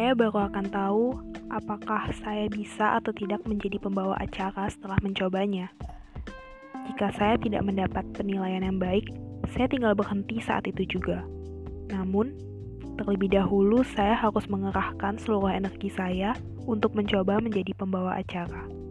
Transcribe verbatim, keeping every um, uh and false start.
Saya baru akan tahu apakah saya bisa atau tidak menjadi pembawa acara setelah mencobanya. Jika saya tidak mendapat penilaian yang baik, saya tinggal berhenti saat itu juga. Namun, terlebih dahulu saya harus mengerahkan seluruh energi saya untuk mencoba menjadi pembawa acara.